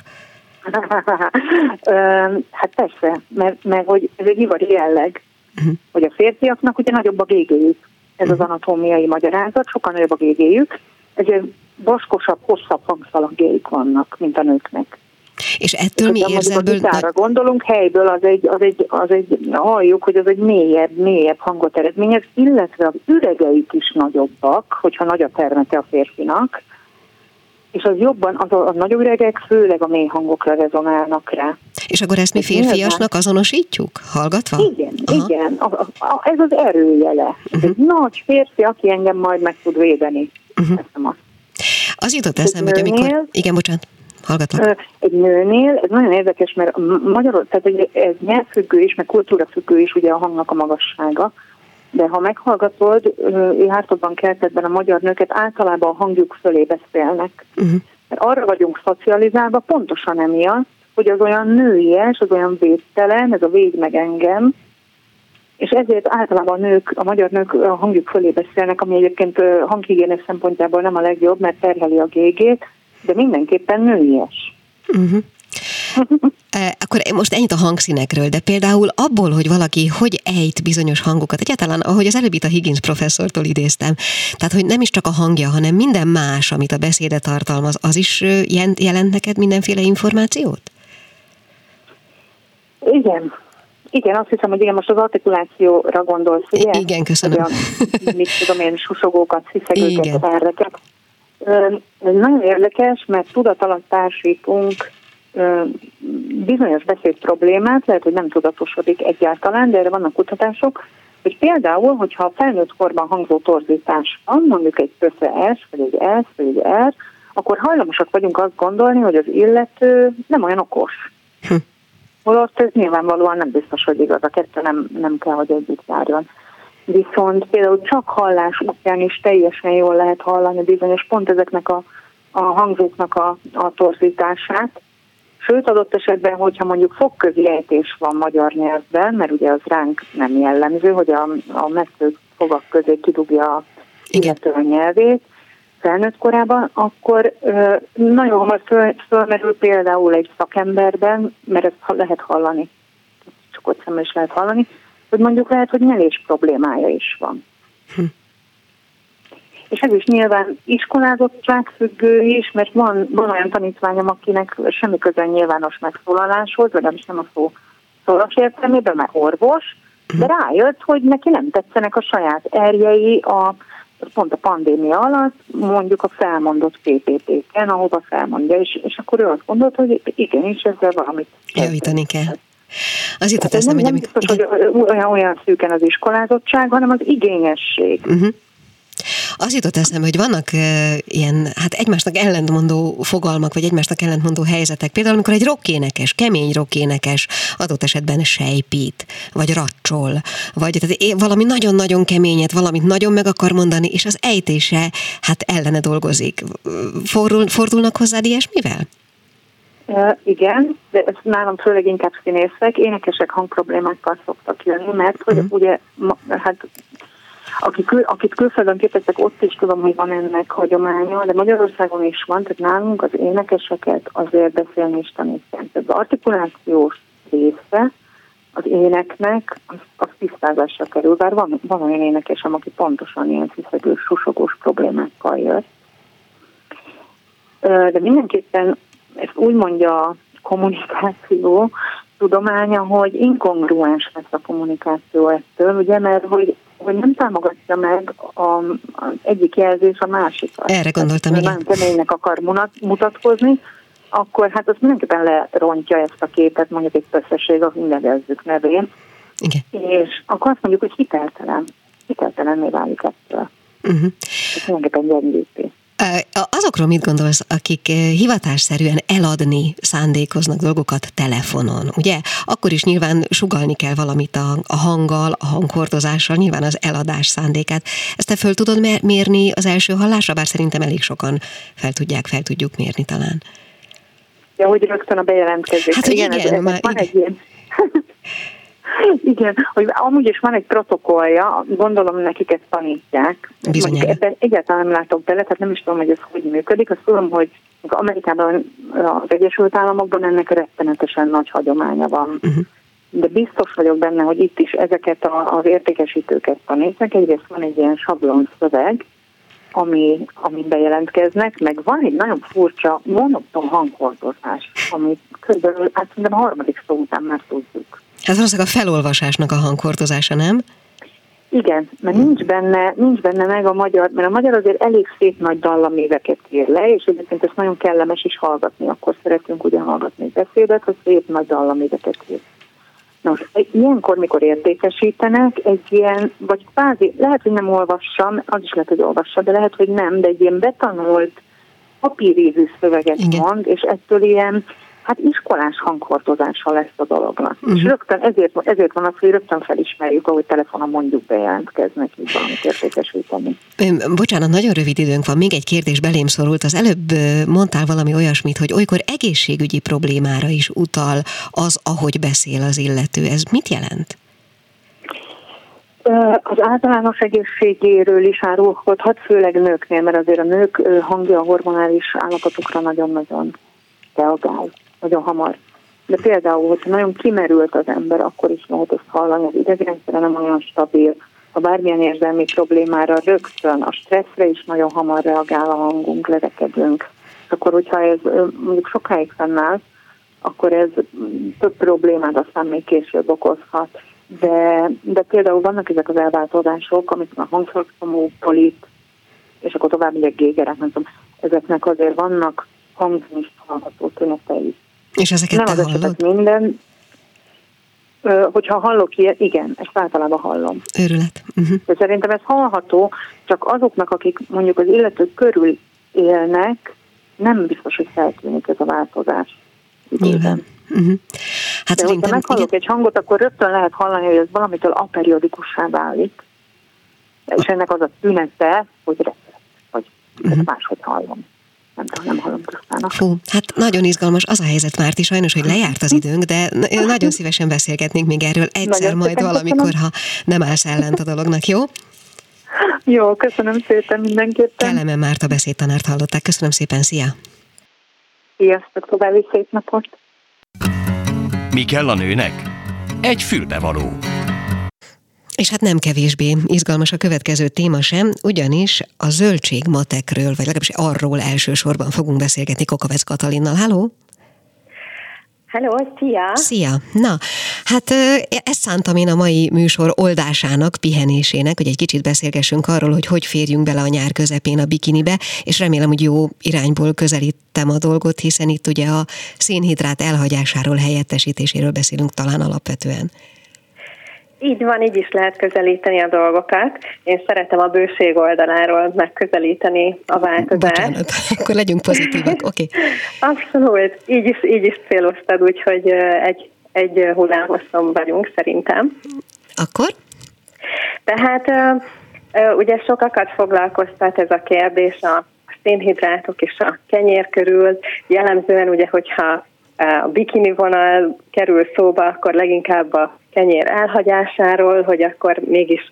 Hát persze, mert hogy ez egy ivari jelleg, hogy a férfiaknak ugye nagyobb a gégéjük. Ez az anatómiai magyarázat, sokkal nagyobb a gégéjük, ezért vaskosabb, hosszabb hangszalagjaik vannak, mint a nőknek. És ettől mi érzelből... A gitára gondolunk, helyből az egy halljuk, hogy az egy mélyebb hangot eredményez, illetve az üregeik is nagyobbak, hogyha nagy a termete a férfinak, és az jobban, a nagy üregek főleg a mély hangokra rezonálnak rá. És akkor ezt mi férfiasnak azonosítjuk, hallgatva? Igen. Ez az erőjele. Ez egy nagy férfi, aki engem majd meg tud védeni. Az jutott eszembe, hogy amikor... Igen, bocsánat. Hallgatlak. Egy nőnél, ez nagyon érdekes, mert tehát ez nyelvfüggő is, meg kultúrafüggő is ugye a hangnak a magassága, de ha meghallgatod, Hártodban Kertetben a magyar nőket általában a hangjuk fölé beszélnek. Mert arra vagyunk szocializálva pontosan emiatt, hogy az olyan nőies, az olyan védtelen, ez a védj meg engem, és ezért általában a magyar nők a hangjuk fölé beszélnek, ami egyébként hanghigiénés szempontjából nem a legjobb, mert terheli a gégét, de mindenképpen nőies. Akkor most ennyit a hangszínekről, de például abból, hogy valaki hogy ejt bizonyos hangokat, egyáltalán, ahogy az előbb itt a Higgins professzortól idéztem, tehát, hogy nem is csak a hangja, hanem minden más, amit a beszéde tartalmaz, az is jelent neked mindenféle információt? Igen, azt hiszem, hogy igen, most az artikulációra gondolsz, ugye? Igen, köszönöm. Mit tudom én, susogókat, sziszegőket, erreket. Ez nagyon érdekes, mert tudat alatt társítunk bizonyos beszédproblémát, lehet, hogy nem tudatosodik egyáltalán, de erre vannak kutatások, hogy például, hogyha a felnőtt korban hangzó torzítás van, mondjuk egy kösze S, vagy egy S, vagy egy R, akkor hajlamosak vagyunk azt gondolni, hogy az illető nem olyan okos. Holott ez nyilvánvalóan nem biztos, hogy igaz, a kettő nem kell, hogy együtt járjon. Viszont például csak hallás után is teljesen jól lehet hallani bizonyos pont ezeknek a hangzóknak a torzítását. Sőt, adott esetben, hogyha mondjuk fogközi ejtés van magyar nyelvben, mert ugye az ránk nem jellemző, hogy a messző fogak közé kidugja a illető a nyelvét felnőtt korában, akkor nagyon hamar fölmerül például egy szakemberben, mert ezt lehet hallani, csak ott szemben is lehet hallani, hogy mondjuk lehet, hogy nyelés problémája is van. És ez is nyilván iskolázottság függő is, mert van olyan tanítványom, akinek semmi köze nyilvános megszólaláshoz, vagy nem is nem a szó szoros értelmében, mert orvos, De rájött, hogy neki nem tetszenek a saját erjei pont a pandémia alatt, mondjuk a felmondott PPP-ken, ahova felmondja, és akkor ő azt gondolt, hogy igenis ezzel valamit javítani kell. Az jutott eszembe, nem biztos, hogy olyan szűken az iskolázottság, hanem az igényesség. Az jutott eszembe, hogy vannak ilyen, hát egymásnak ellentmondó fogalmak, vagy egymásnak ellentmondó helyzetek. Például, amikor egy rockénekes, kemény rockénekes adott esetben sejpít, vagy racsol, vagy tehát valami nagyon-nagyon keményet, valamit nagyon meg akar mondani, és az ejtése hát ellene dolgozik. Fordulnak hozzád ilyesmivel? Igen, de ez nálam főleg inkább színészek, énekesek hangproblémákkal szoktak jönni, mert hogy ugye, hát akit külföldön képeztek, ott is tudom, hogy van ennek hagyománya, de Magyarországon is van, tehát nálunk az énekeseket azért beszélni is tanítják. Az artikulációs része az éneknek az tisztázásra kerül, bár van olyan énekesem, aki pontosan ilyen sziszegős, susogós problémákkal jött. De mindenképpen ezt úgy mondja a kommunikáció tudománya, hogy inkongruens lesz a kommunikáció ettől, ugye, mert hogy nem támogatja meg az egyik jelzés a másikat. Erre gondoltam, igen. Nagyon keménynek akar mutatkozni, akkor hát az mindenképpen lerontja ezt a képet, mondjuk egy összesség, ahogy nevezzük nevén. Igen. És akkor azt mondjuk, hogy hiteltelenné válik ettől. Ez mindenképpen gyengíti. Azokról mit gondolsz, akik hivatásszerűen eladni szándékoznak dolgokat telefonon, ugye? Akkor is nyilván sugallni kell valamit a hanggal, a hanghordozással, nyilván az eladás szándékát. Ezt te föl tudod mérni az első hallásra? Bár szerintem elég sokan fel tudjuk mérni talán. Ja, hogy rögtön a bejelentkezés. Hát, igen, van egy ilyen... Igen, hogy amúgy is van egy protokollja, gondolom nekik ezt tanítják. Ebben egyáltalán nem látok bele, tehát nem is tudom, hogy ez hogy működik. Azt tudom, hogy Amerikában, az Egyesült Államokban ennek rettenetesen nagy hagyománya van. De biztos vagyok benne, hogy itt is ezeket az értékesítőket tanítják. Egyrészt van egy ilyen sablon szöveg, ami bejelentkeznek, meg van egy nagyon furcsa monoton hanghordozás, amit körülbelül a harmadik szó után már tudjuk. Ez valószínűleg a felolvasásnak a hanghordozása, nem? Igen, mert nincs benne meg a magyar, mert a magyar azért elég szép nagy dallaméveket ír le, és egyébként ezt nagyon kellemes is hallgatni, akkor szeretünk ugye hallgatni beszédet, hogy szép nagy dallaméveket ír. Nos, ilyenkor, mikor értékesítenek, egy ilyen, vagy kvázi, lehet, hogy nem olvassam, az is lehet, hogy olvassa, de lehet, hogy nem, de egy ilyen betanult papírízű szöveget mond, és ettől ilyen, hát iskolás hanghordozása lesz a dolognak. És rögtön ezért van az, hogy rögtön felismerjük, ahogy telefonon mondjuk bejelentkeznek, így valamit értékesíteni. Bocsánat, nagyon rövid időnk van, még egy kérdés belém szorult. Az előbb mondtál valami olyasmit, hogy olykor egészségügyi problémára is utal az, ahogy beszél az illető. Ez mit jelent? Az általános egészségéről is árulkodhat, főleg nőknél, mert azért a nők hangja a hormonális állapotokra nagyon-nagyon reagál, nagyon hamar. De például, hogyha nagyon kimerült az ember, akkor is lehet ezt hallani, az idegrendszere nem olyan stabil, ha bármilyen érzelmi problémára rögtön, a stresszre is nagyon hamar reagál a hangunk, lerekedünk. Akkor, hogyha ez mondjuk sokáig fennáll, akkor ez több problémát aztán még később okozhat. De például vannak ezek az elváltozások, amit a hangszorszomó, polip, és akkor tovább megyek gégerek, nem tudom, ezeknek azért vannak hangzani is hallható tünetei. És ezeket te hallod? Minden. Hogyha hallok ilyet, igen, ezt általában hallom. Őrület. De szerintem ez hallható, csak azoknak, akik mondjuk az illetők körül élnek, nem biztos, hogy feltűnik ez a változás. Nyilván. Hát de hogyha meghallok egy hangot, akkor rögtön lehet hallani, hogy ez valamitől aperiodikussá válik. És ennek az a tünete, hogy máshogy hallom. Nem hallom tisztának. Fú, hát nagyon izgalmas az a helyzet, Márti, sajnos, hogy lejárt az időnk, de nagyon szívesen beszélgetnénk még erről egyszer nagyon majd valamikor, ha nem állsz ellent a dolognak, jó? Jó, köszönöm szépen mindenképpen. Kelemen Márta beszédtanárt hallották, köszönöm szépen, szia! Sziasztok, további szép napot! Mi kell a nőnek? Egy fülbevaló. És hát nem kevésbé izgalmas a következő téma sem, ugyanis a zöldségmatekről, vagy legalábbis arról elsősorban fogunk beszélgetni Kokavec Katalinnal. Halló! Hello, szia! Szia! Na, hát ezt szántam én a mai műsor oldásának, pihenésének, hogy egy kicsit beszélgessünk arról, hogy férjünk bele a nyár közepén a bikinibe, és remélem, hogy jó irányból közelítem a dolgot, hiszen itt ugye a szénhidrát elhagyásáról, helyettesítéséről beszélünk talán alapvetően. Így van, így is lehet közelíteni a dolgokat. Én szeretem a bőség oldaláról megközelíteni a változást. Bocsánat, akkor legyünk pozitívak, oké. Abszolút, így is céloztad, úgyhogy egy hullámhosszon vagyunk szerintem. Akkor? Tehát ugye sokakat foglalkoztat ez a kérdés a szénhidrátok és a kenyér körül. Jellemzően ugye, hogyha a bikini vonal kerül szóba, akkor leginkább a kenyér elhagyásáról, hogy akkor mégis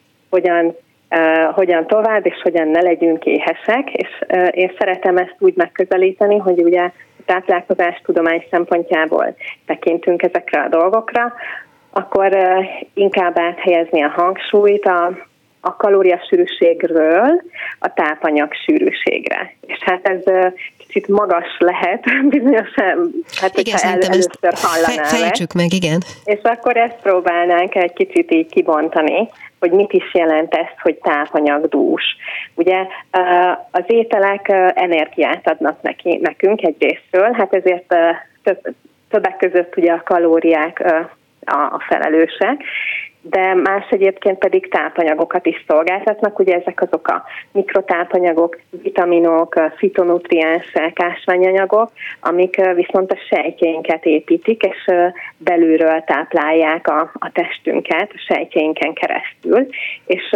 hogyan tovább, és hogyan ne legyünk éhesek. És én szeretem ezt úgy megközelíteni, hogy ugye a táplálkozás tudomány szempontjából tekintünk ezekre a dolgokra, akkor inkább áthelyezni a hangsúlyt a kalóriasűrűségről a tápanyag sűrűségre. És hát ez kicsit magas lehet, bizonyosan, hát igen, hogyha először hallanál. Fejtsük meg, igen. És akkor ezt próbálnánk egy kicsit így kibontani, hogy mit is jelent ez, hogy tápanyagdús. Ugye az ételek energiát adnak nekünk egy részről, hát ezért többek között ugye a kalóriák a felelősek, de más egyébként pedig tápanyagokat is szolgáltatnak, ugye ezek azok a mikrotápanyagok, vitaminok, fitonutriensek, ásványanyagok, amik viszont a sejtjeinket építik, és belülről táplálják a testünket, a sejtjeinken keresztül, és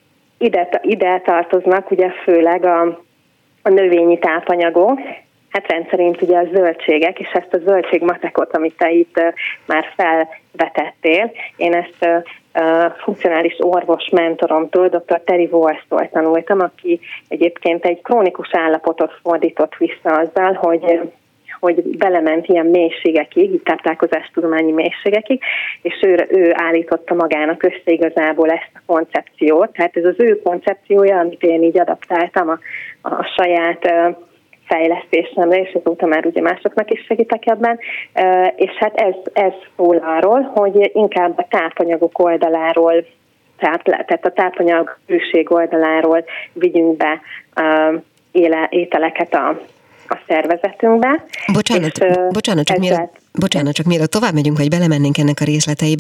ide tartoznak ugye főleg a növényi tápanyagok, hát rendszerint ugye a zöldségek, és ezt a zöldségmatekot, amit te itt már felvetettél, én ezt funkcionális orvos mentoromtól, dr. Terry Walsh-tól tanultam, aki egyébként egy krónikus állapotot fordított vissza azzal, hogy belement ilyen mélységekig, táplálkozástudományi mélységekig, és ő állította magának össze igazából ezt a koncepciót. Tehát ez az ő koncepciója, amit én így adaptáltam a saját fejlesztésemre, és azóta már ugye másoknak is segítek ebben, és hát ez szól arról, hogy inkább a tápanyagok oldaláról, tehát a tápanyag hűség oldaláról vigyünk be ételeket a szervezetünkbe. Bocsánat, csak mielőtt tovább megyünk, vagy belemennénk ennek a részleteibe,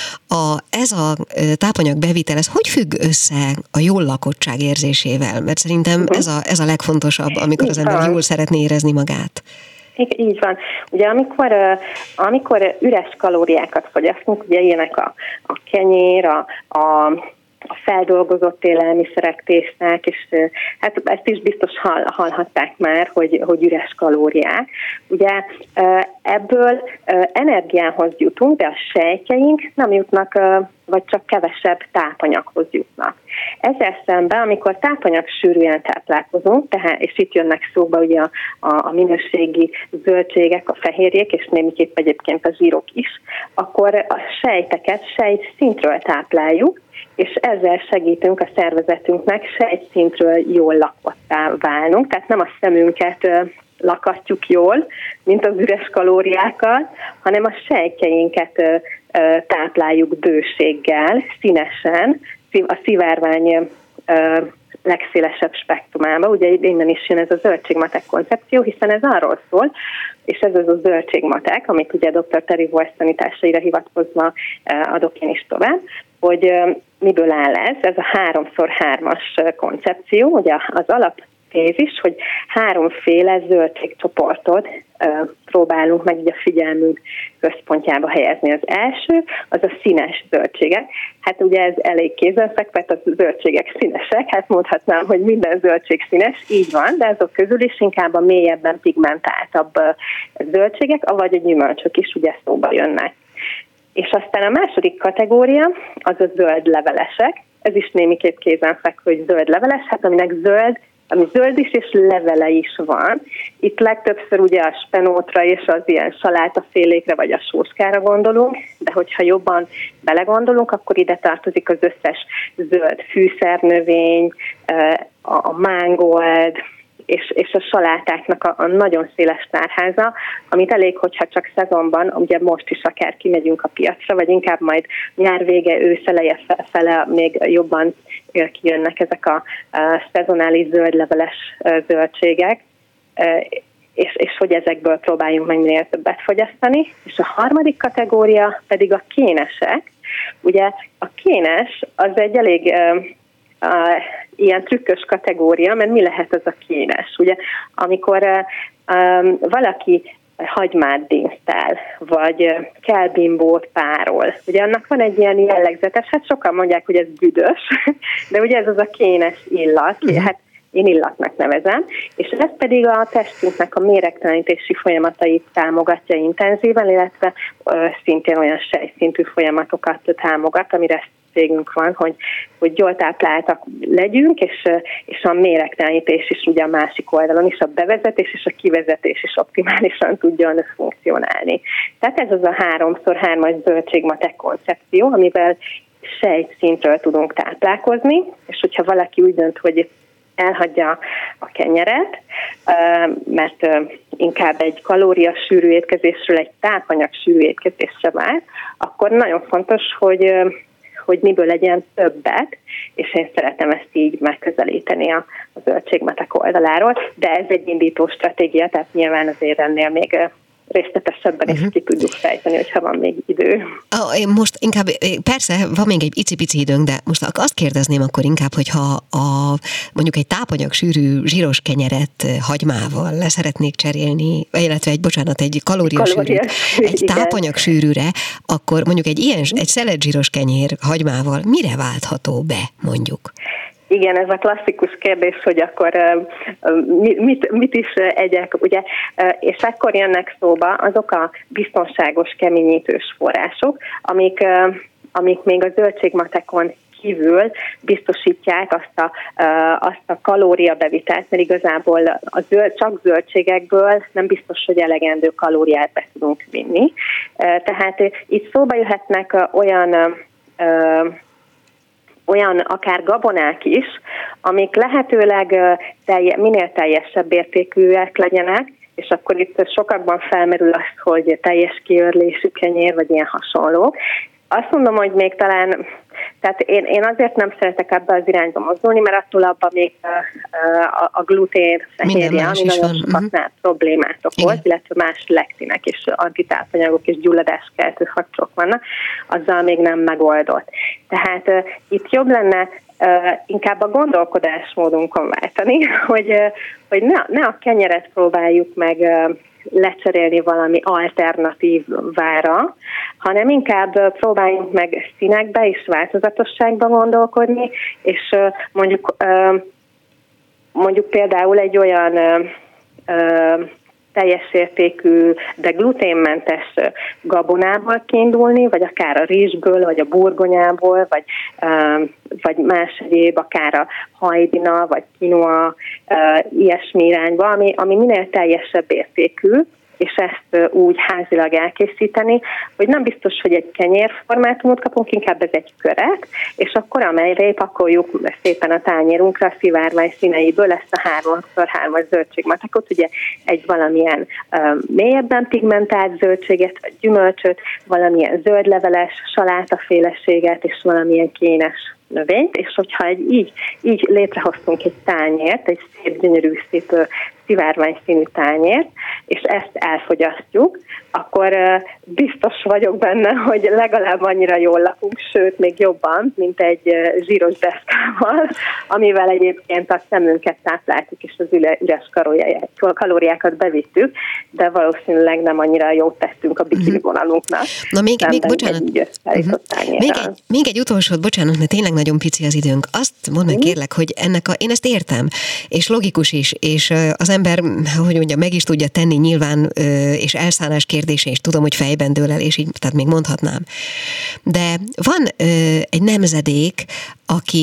ez a tápanyag bevitel, ez hogy függ össze a jól lakottság érzésével? Mert szerintem ez a legfontosabb, amikor az ember jól szeretné érezni magát. Így van. Ugye amikor üres kalóriákat fogyasztunk, ugye ilyenek a kenyér, a feldolgozott élelmiszerek, tészták, és hát ezt is biztos hallhatták már, hogy üres kalóriák. Ugye ebből energiához jutunk, de a sejtjeink nem jutnak, vagy csak kevesebb tápanyaghoz jutnak. Ezzel szemben, amikor tápanyagsűrűen táplálkozunk, és itt jönnek szóba ugye a minőségi zöldségek, a fehérjék, és némiképp egyébként a zsírok is, akkor a sejteket sejtszintről tápláljuk, és ezzel segítünk a szervezetünknek sejtszintről jól lakottá válnunk, tehát nem a szemünket lakatjuk jól, mint az üres kalóriákkal, hanem a sejtjeinket tápláljuk bőséggel, színesen, a szivárvány legszélesebb spektrumába. Ugye innen is jön ez a zöldségmatek koncepció, hiszen ez arról szól, és ez az a zöldségmatek, amit ugye dr. Terry Walsh tanításaira hivatkozva adok én is tovább, hogy miből áll ez? Ez a 3x3-as koncepció, ugye az alaptézis, hogy 3 zöldségcsoportot próbálunk meg így a figyelmünk központjába helyezni. Az első, az a színes zöldségek. Hát ugye ez elég kézenfekvett, a zöldségek színesek, hát mondhatnám, hogy minden zöldség színes, így van, de azok közül is inkább a mélyebben pigmentáltabb zöldségek, avagy a gyümölcsök is ugye szóba jönnek. És aztán a második kategória az a zöld levelesek. Ez is némiképp kézenfekvő, hogy zöld leveles, hát aminek ami zöld is és levele is van. Itt legtöbbször ugye a spenótra és az ilyen salátafélékre vagy a sóskára gondolunk, de hogyha jobban belegondolunk, akkor ide tartozik az összes zöld fűszernövény, a mángold, és a salátáknak a nagyon széles tárháza, amit elég, hogyha csak szezonban, ugye most is akár kimegyünk a piacra, vagy inkább majd nyár vége, ősz eleje fele még jobban kijönnek ezek a szezonális zöldleveles zöldségek, és hogy ezekből próbáljunk meg minél többet fogyasztani. És a harmadik kategória pedig a kénesek. Ugye a kénes az egy elég ilyen trükkös kategória, mert mi lehet az a kénes? Ugye amikor valaki hagymát dinsztál, vagy kelbimbót párol. Ugye annak van egy ilyen jellegzetes, hát sokan mondják, hogy ez büdös, de ugye ez az a kénes illat, hát én illatnak nevezem, és ez pedig a testünknek a méregtelenítési folyamatait támogatja intenzíven, illetve szintén olyan sejtszintű folyamatokat támogat, amire szükségünk van, hogy jól tápláltak legyünk, és a méregtelenítés is ugye a másik oldalon is, a bevezetés és a kivezetés is optimálisan tudjon funkcionálni. Tehát ez az a 3x3-as zöldségmatek koncepció, amivel sejtszintről tudunk táplálkozni, és hogyha valaki úgy dönt, hogy elhagyja a kenyeret, mert inkább egy kalóriasűrű étkezésről egy tápanyagsűrű étkezésre vált, akkor nagyon fontos, hogy miből legyen többet, és én szeretem ezt így megközelíteni a zöldségmatek oldaláról, de ez egy indító stratégia, tehát nyilván azért ennél még részletesebben is ki tudjuk fejteni, hogyha van még idő. Most inkább, persze, van még egy icipici időnk, de most azt kérdezném akkor inkább, hogyha mondjuk egy tápanyagsűrű zsíros kenyeret hagymával leszeretnék cserélni, illetve egy kalóriasűrűt, egy tápanyagsűrűre, akkor mondjuk egy szelettzsíros kenyér hagymával mire váltható be, mondjuk? Igen, ez a klasszikus kérdés, hogy akkor mit is egyek, ugye, és akkor jönnek szóba azok a biztonságos keményítős források, amik még a zöldségmatekon kívül biztosítják azt a kalóriabevitelt, mert igazából csak zöldségekből nem biztos, hogy elegendő kalóriát be tudunk vinni. Tehát itt szóba jöhetnek olyan akár gabonák is, amik lehetőleg minél teljesebb értékűek legyenek, és akkor itt sokakban felmerül az, hogy teljes kiörlésű kenyér, vagy ilyen hasonló. Azt mondom, hogy még talán, tehát én azért nem szeretek ebbe az irányba mozdulni, mert attól abban még a glutén fehérje, ami nagyon sokaknál problémát okoz, illetve más lektinek és antitápanyagok és gyulladáskeltő faktorok vannak, azzal még nem megoldott. Tehát itt jobb lenne inkább a gondolkodásmódunkon váltani, hogy ne a kenyeret próbáljuk meg lecserélni valami alternatívára, hanem inkább próbáljunk meg színekbe és változatosságba gondolkodni, és mondjuk például egy olyan teljes értékű, de gluténmentes gabonából kiindulni, vagy akár a rizsből, vagy a burgonyából, vagy más egyéb, akár a hajdina, vagy quinoa, ilyesmi irányba, ami minél teljesebb értékű, és ezt úgy házilag elkészíteni, hogy nem biztos, hogy egy kenyérformátumot kapunk, inkább ez egy köret, és akkor amelyre pakoljuk szépen a tányérunkra a szivárvány színeiből ezt a 3x3-as zöldségmatekot, ugye egy valamilyen mélyebben pigmentált zöldséget, vagy gyümölcsöt, valamilyen zöldleveles salátaféleséget, és valamilyen kénes növényt, és hogyha így létrehoztunk egy tányért, egy szép, gyönyörű, szép szivárvány színű tányért, és ezt elfogyasztjuk, akkor biztos vagyok benne, hogy legalább annyira jól lakunk, sőt, még jobban, mint egy zsíros deszkával, amivel egyébként a szemünket tápláltuk, és az üres kalóriákat bevittük, de valószínűleg nem annyira jót tettünk a bikini vonalunknak. Na még bocsánat. Még egy utolsót, bocsánat, mert tényleg nagyon pici az időnk. Azt mondd meg kérlek, hogy én ezt értem, és logikus is, és az ember, hogy mondjam, meg is tudja tenni nyilván, és elszánás kérdése, és tudom, hogy fejben dől el, és így, tehát még mondhatnám. De van egy nemzedék, aki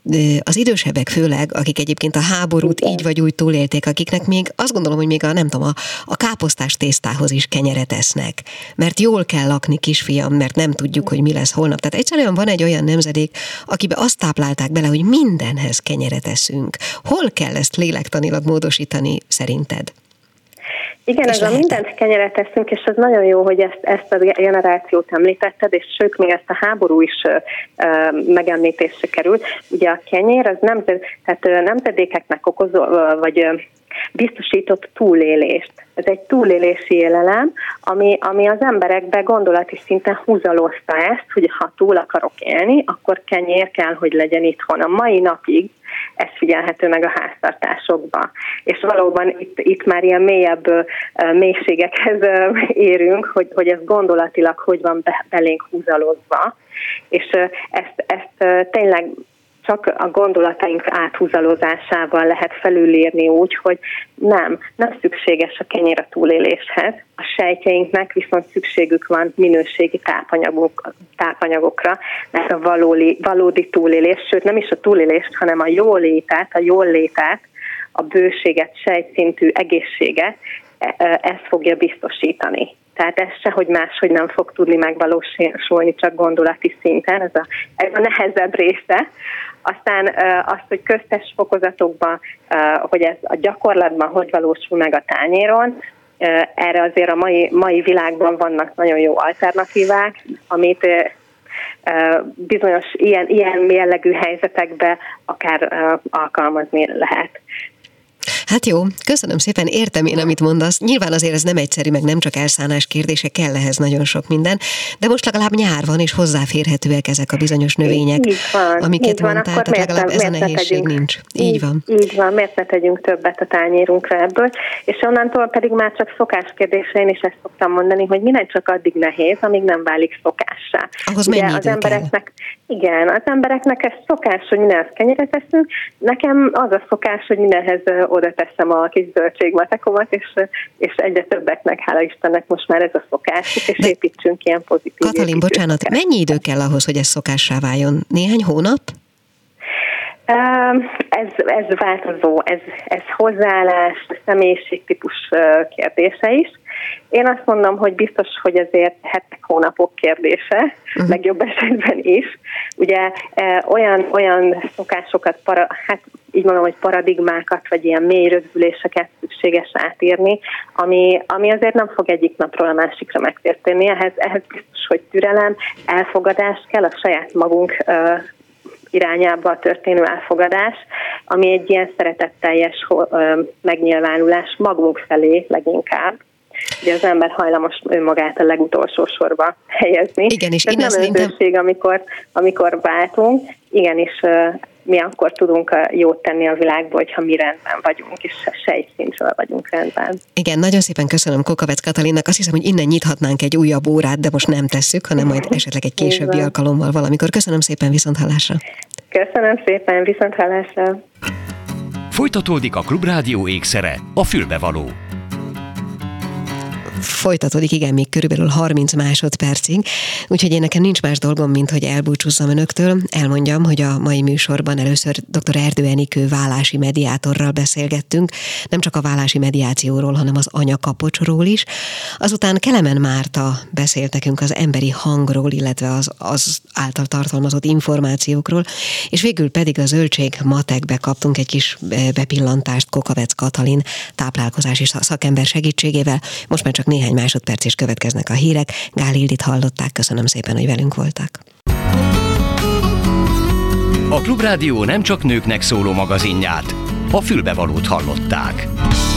az idősebbek főleg, akik egyébként a háborút így vagy úgy túlélték, akiknek még azt gondolom, hogy még a káposztás tésztához is kenyeret esznek, mert jól kell lakni, kisfiam, mert nem tudjuk, hogy mi lesz holnap. Tehát egyszerűen van egy olyan nemzedék, akibe azt táplálták bele, hogy mindenhez kenyeret eszünk. Hol kell ezt lélektanilag módosítani szerinted? Igen, ez a mindent kenyeret teszünk, és ez nagyon jó, hogy ezt a generációt említetted, és sőt, még ezt a háború is megemlítésre került. Ugye a kenyér az nemzedékeknek okozó, vagy biztosított túlélést. Ez egy túlélési élelem, ami az emberekbe gondolati szinten húzalozta ezt, hogy ha túl akarok élni, akkor kenyér kell, hogy legyen itthon. A mai napig ez figyelhető meg a háztartásokban. És valóban itt már ilyen mélyebb mélységekhez érünk, hogy ez gondolatilag hogy van belénk húzalozva. És ezt tényleg csak a gondolataink áthúzalozásával lehet felülírni úgy, hogy nem szükséges a kenyér a túléléshez. A sejtjeinknek viszont szükségük van minőségi tápanyagokra, mert a valódi túlélés, sőt nem is a túlélést, hanem a jólétet, a bőséget, sejtszintű egészséget, ezt fogja biztosítani. Tehát ez sehogy máshogy nem fog tudni megvalósulni, csak gondolati szinten, ez a nehezebb része. Aztán azt, hogy köztes fokozatokban, hogy ez a gyakorlatban hogy valósul meg a tányéron, erre azért a mai világban vannak nagyon jó alternatívák, amit bizonyos ilyen jellegű helyzetekben akár alkalmazni lehet. Hát jó, köszönöm szépen, értem én, amit mondasz. Nyilván azért ez nem egyszerű, meg nem csak elszánás kérdése, kell ehhez nagyon sok minden, de most legalább nyár van, és hozzáférhetőek ezek a bizonyos növények, amiket mondtál, tehát legalább ez a nehézség nincs. Így van, miért ne tegyünk többet a tányérunkra ebből, és onnantól pedig már csak szokás kérdése, én is ezt szoktam mondani, hogy minden csak addig nehéz, amíg nem válik szokássá. Ahhoz mennyi idő kell? Igen, az embereknek ez szokás, hogy mindenhez kenyeret eszünk, nekem az a szokás, hogy mindenhez oda teszem a kis zöldségmatekomat, és egyre többeknek, hála Istennek most már ez a szokás, és építsünk ilyen pozitív. Katalin, bocsánat, mennyi idő kell ahhoz, hogy ez szokássá váljon? Néhány hónap? Ez változó, ez hozzáállás, személyiségtípus kérdése is. Én azt mondom, hogy biztos, hogy azért hetek, hónapok kérdése, legjobb esetben is. Ugye olyan szokásokat, így mondom, hogy paradigmákat, vagy ilyen mély rögzüléseket szükséges átírni, ami azért nem fog egyik napról a másikra megtörténni. Ehhez biztos, hogy türelem, elfogadás kell, a saját magunk irányába történő elfogadás, ami egy ilyen szeretetteljes megnyilvánulás magunk felé leginkább. Ugye az ember hajlamos önmagát a legutolsó sorba helyezni. Igenis, ez nem önzőség, amikor váltunk. Igenis, mi akkor tudunk jót tenni a világba, hogyha mi rendben vagyunk, és sejtszintről vagyunk rendben. Igen, nagyon szépen köszönöm Kokavec Katalinnak. Azt hiszem, hogy innen nyithatnánk egy újabb órát, de most nem tesszük, hanem majd esetleg egy későbbi alkalommal valamikor. Köszönöm szépen, viszonthallásra. Köszönöm szépen, viszonthallásra. Folytatódik a Klubrádió ékszere, a fülbevaló. Folytatódik, igen, még körülbelül 30 másodpercig, úgyhogy én nekem nincs más dolgom, mint hogy elbúcsúzzam önöktől. Elmondjam, hogy a mai műsorban először dr. Erdő Enikő vállási mediátorral beszélgettünk, nem csak a vállási mediációról, hanem az anyakapocsról is. Azután Kelemen Márta beszélt nekünk az emberi hangról, illetve az által tartalmazott információkról, és végül pedig a zöldség matekbe kaptunk egy kis bepillantást Kokavec Katalin táplálkozási szakember segítségével. Most már csak néhány másodperc és következnek a hírek. Gál Ildit hallották, köszönöm szépen, hogy velünk voltak. A Klubrádió nem csak nőknek szóló magazinját, a fülbevalót hallották.